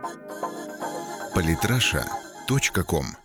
Политраша.ком.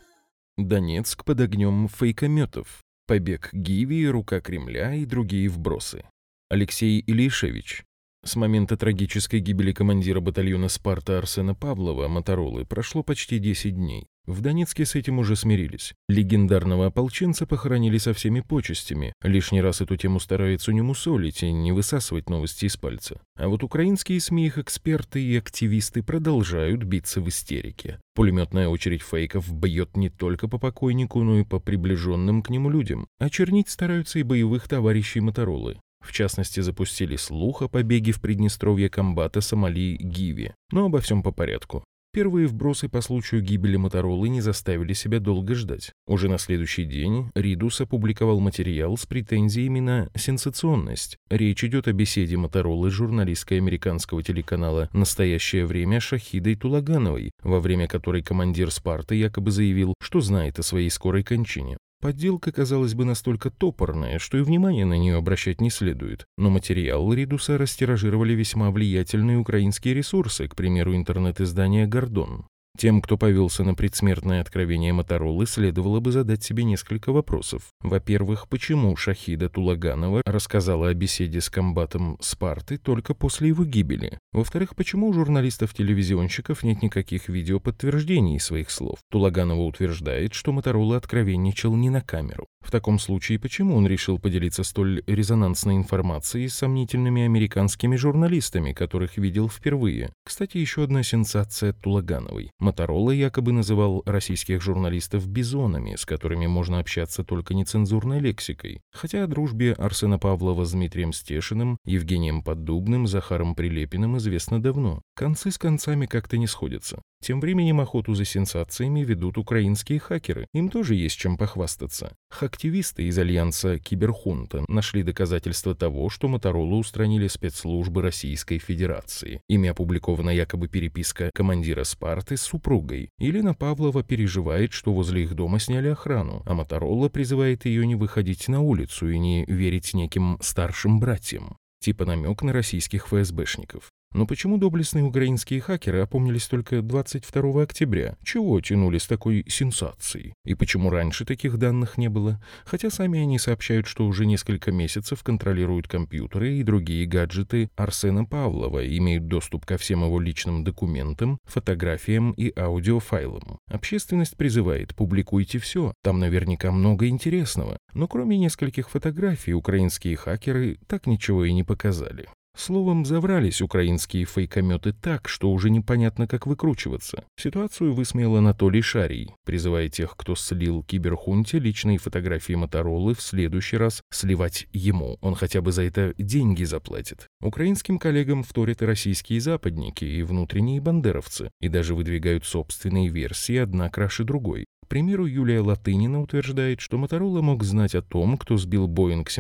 Донецк под огнем фейкометов. Побег Гиви, рука Кремля и другие вбросы. Алексей Илишевич. С момента трагической гибели командира батальона «Спарта» Арсена Павлова, Моторолы, прошло почти 10 дней. В Донецке с этим уже смирились. Легендарного ополченца похоронили со всеми почестями. Лишний раз эту тему стараются не мусолить и не высасывать новости из пальца. А вот украинские СМИ, их эксперты и активисты продолжают биться в истерике. Пулеметная очередь фейков бьет не только по покойнику, но и по приближенным к нему людям. Очернить стараются и боевых товарищей Моторолы. В частности, запустили слух о побеге в Приднестровье комбата Сомали Гиви. Но обо всем по порядку. Первые вбросы по случаю гибели Моторолы не заставили себя долго ждать. Уже на следующий день Ридус опубликовал материал с претензиями на сенсационность. Речь идет о беседе Моторолы с журналисткой американского телеканала «Настоящее время» Шахидой Тулагановой, во время которой командир «Спарты» якобы заявил, что знает о своей скорой кончине. Подделка, казалось бы, настолько топорная, что и внимания на нее обращать не следует. Но материал Ридуса растиражировали весьма влиятельные украинские ресурсы, к примеру, интернет-издание «Гордон». Тем, кто повелся на предсмертное откровение Моторолы, следовало бы задать себе несколько вопросов. Во-первых, почему Шахида Тулаганова рассказала о беседе с комбатом «Спарты» только после его гибели? Во-вторых, почему у журналистов-телевизионщиков нет никаких видеоподтверждений своих слов? Тулаганова утверждает, что Моторола откровенничал не на камеру. В таком случае, почему он решил поделиться столь резонансной информацией с сомнительными американскими журналистами, которых видел впервые? Кстати, еще одна сенсация Тулагановой. Моторола якобы называл российских журналистов бизонами, с которыми можно общаться только нецензурной лексикой. Хотя о дружбе Арсена Павлова с Дмитрием Стешиным, Евгением Поддубным, Захаром Прилепиным известно давно. Концы с концами как-то не сходятся. Тем временем охоту за сенсациями ведут украинские хакеры. Им тоже есть чем похвастаться. Хактивисты из альянса Киберхунта нашли доказательства того, что Моторолу устранили спецслужбы Российской Федерации. Ими опубликована якобы переписка командира «Спарты» с супругой. Елена Павлова переживает, что возле их дома сняли охрану, а Моторола призывает ее не выходить на улицу и не верить неким старшим братьям. Типа намек на российских ФСБшников. Но почему доблестные украинские хакеры опомнились только 22 октября? Чего тянули с такой сенсацией? И почему раньше таких данных не было? Хотя сами они сообщают, что уже несколько месяцев контролируют компьютеры и другие гаджеты Арсена Павлова, имеют доступ ко всем его личным документам, фотографиям и аудиофайлам. Общественность призывает: публикуйте все, там наверняка много интересного. Но кроме нескольких фотографий, украинские хакеры так ничего и не показали. Словом, заврались украинские фейкометы так, что уже непонятно, как выкручиваться. Ситуацию высмеял Анатолий Шарий, призывая тех, кто слил Киберхунте личные фотографии Моторолы, в следующий раз сливать ему. Он хотя бы за это деньги заплатит. Украинским коллегам вторят и российские западники, и внутренние бандеровцы, и даже выдвигают собственные версии, одна краше другой. К примеру, Юлия Латынина утверждает, что Моторола мог знать о том, кто сбил Боинг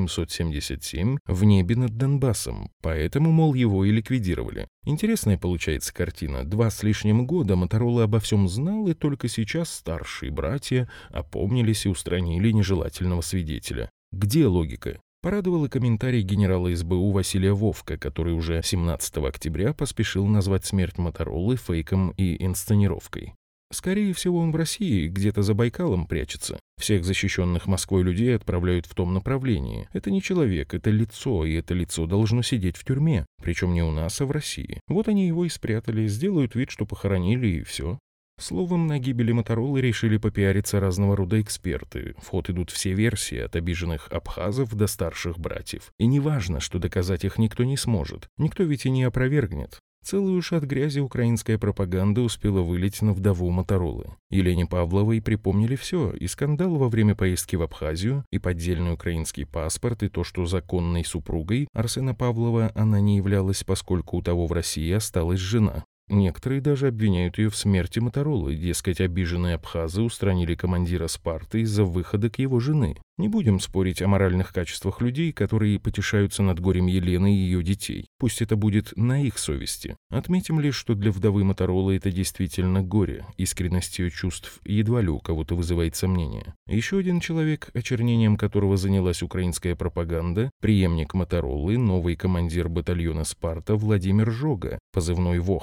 777 в небе над Донбассом, поэтому, мол, его и ликвидировали. Интересная получается картина. 2 с лишним года Моторола обо всем знал, и только сейчас старшие братья опомнились и устранили нежелательного свидетеля. Где логика? Порадовал и комментарий генерала СБУ Василия Вовка, который уже 17 октября поспешил назвать смерть Моторолы фейком и инсценировкой. Скорее всего, он в России, где-то за Байкалом прячется. Всех защищенных Москвой людей отправляют в том направлении. Это не человек, это лицо, и это лицо должно сидеть в тюрьме. Причем не у нас, а в России. Вот они его и спрятали, сделают вид, что похоронили, и все. Словом, на гибели Моторолы решили попиариться разного рода эксперты. В ход идут все версии, от обиженных абхазов до старших братьев. И не важно, что доказать их никто не сможет. Никто ведь и не опровергнет. Целую шат грязи украинская пропаганда успела вылить на вдову Моторолы. Елене Павловой припомнили все: и скандал во время поездки в Абхазию, и поддельный украинский паспорт, и то, что законной супругой Арсена Павлова она не являлась, поскольку у того в России осталась жена. Некоторые даже обвиняют ее в смерти Моторолы, дескать, обиженные абхазы устранили командира «Спарты» из-за выходок его жены. Не будем спорить о моральных качествах людей, которые потешаются над горем Елены и ее детей. Пусть это будет на их совести. Отметим лишь, что для вдовы Моторолы это действительно горе. Искренность ее чувств едва ли у кого-то вызывает сомнения. Еще один человек, очернением которого занялась украинская пропаганда, преемник Моторолы, новый командир батальона «Спарта» Владимир Жога, позывной «Воха».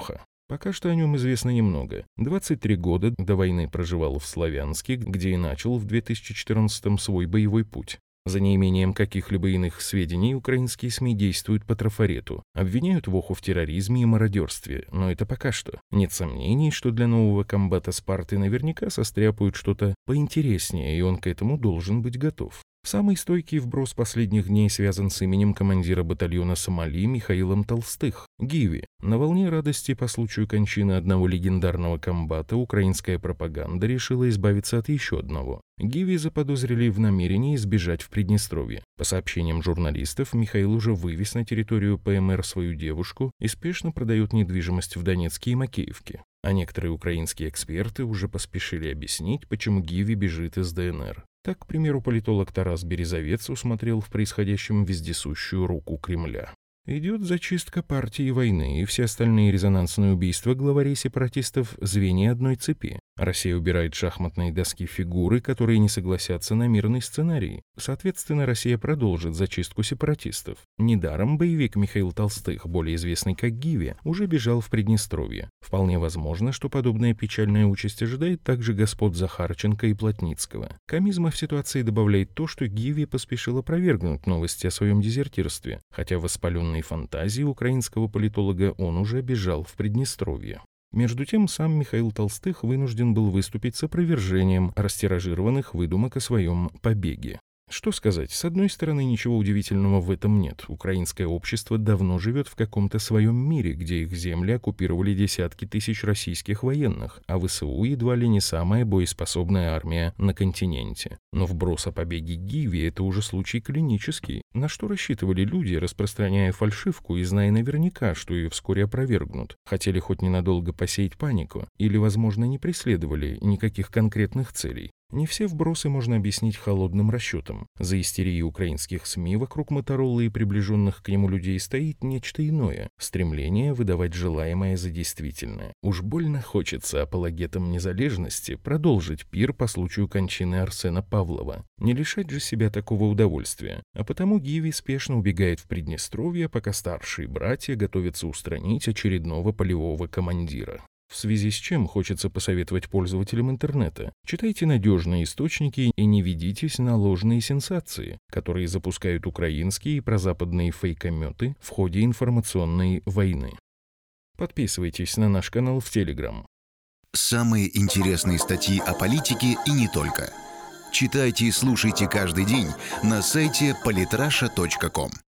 Пока что о нем известно немного. 23 года до войны проживал в Славянске, где и начал в 2014-м свой боевой путь. За неимением каких-либо иных сведений украинские СМИ действуют по трафарету, обвиняют Воху в терроризме и мародерстве, но это пока что. Нет сомнений, что для нового комбата Спарты наверняка состряпают что-то поинтереснее, и он к этому должен быть готов. Самый стойкий вброс последних дней связан с именем командира батальона Сомали Михаилом Толстых, Гиви. На волне радости по случаю кончины одного легендарного комбата украинская пропаганда решила избавиться от еще одного. Гиви заподозрили в намерении сбежать в Приднестровье. По сообщениям журналистов, Михаил уже вывез на территорию ПМР свою девушку и спешно продает недвижимость в Донецке и Макеевке. А некоторые украинские эксперты уже поспешили объяснить, почему Гиви бежит из ДНР. Так, к примеру, политолог Тарас Березовец усмотрел в происходящем вездесущую руку Кремля. Идет зачистка партии войны, и все остальные резонансные убийства главарей сепаратистов – звенья одной цепи. Россия убирает с шахматной доски фигуры, которые не согласятся на мирный сценарий. Соответственно, Россия продолжит зачистку сепаратистов. Недаром боевик Михаил Толстых, более известный как Гиви, уже бежал в Приднестровье. Вполне возможно, что подобная печальная участь ожидает также господ Захарченко и Плотницкого. Комизма в ситуации добавляет то, что Гиви поспешил опровергнуть новости о своем дезертирстве, хотя в воспаленной фантазии украинского политолога он уже бежал в Приднестровье. Между тем, сам Михаил Толстых вынужден был выступить с опровержением растиражированных выдумок о своем побеге. Что сказать, с одной стороны, ничего удивительного в этом нет. Украинское общество давно живет в каком-то своем мире, где их земли оккупировали десятки тысяч российских военных, а ВСУ едва ли не самая боеспособная армия на континенте. Но вброс о побеге Гиви – это уже случай клинический. На что рассчитывали люди, распространяя фальшивку и зная наверняка, что ее вскоре опровергнут? Хотели хоть ненадолго посеять панику? Или, возможно, не преследовали никаких конкретных целей? Не все вбросы можно объяснить холодным расчетом. За истерией украинских СМИ вокруг Моторолы и приближенных к нему людей стоит нечто иное – стремление выдавать желаемое за действительное. Уж больно хочется апологетам незалежности продолжить пир по случаю кончины Арсена Павлова. Не лишать же себя такого удовольствия. А потому Гиви спешно убегает в Приднестровье, пока старшие братья готовятся устранить очередного полевого командира. В связи с чем хочется посоветовать пользователям интернета. Читайте надежные источники и не ведитесь на ложные сенсации, которые запускают украинские и прозападные фейкометы в ходе информационной войны. Подписывайтесь на наш канал в Telegram. Самые интересные статьи о политике и не только. Читайте и слушайте каждый день на сайте polytrasha.com.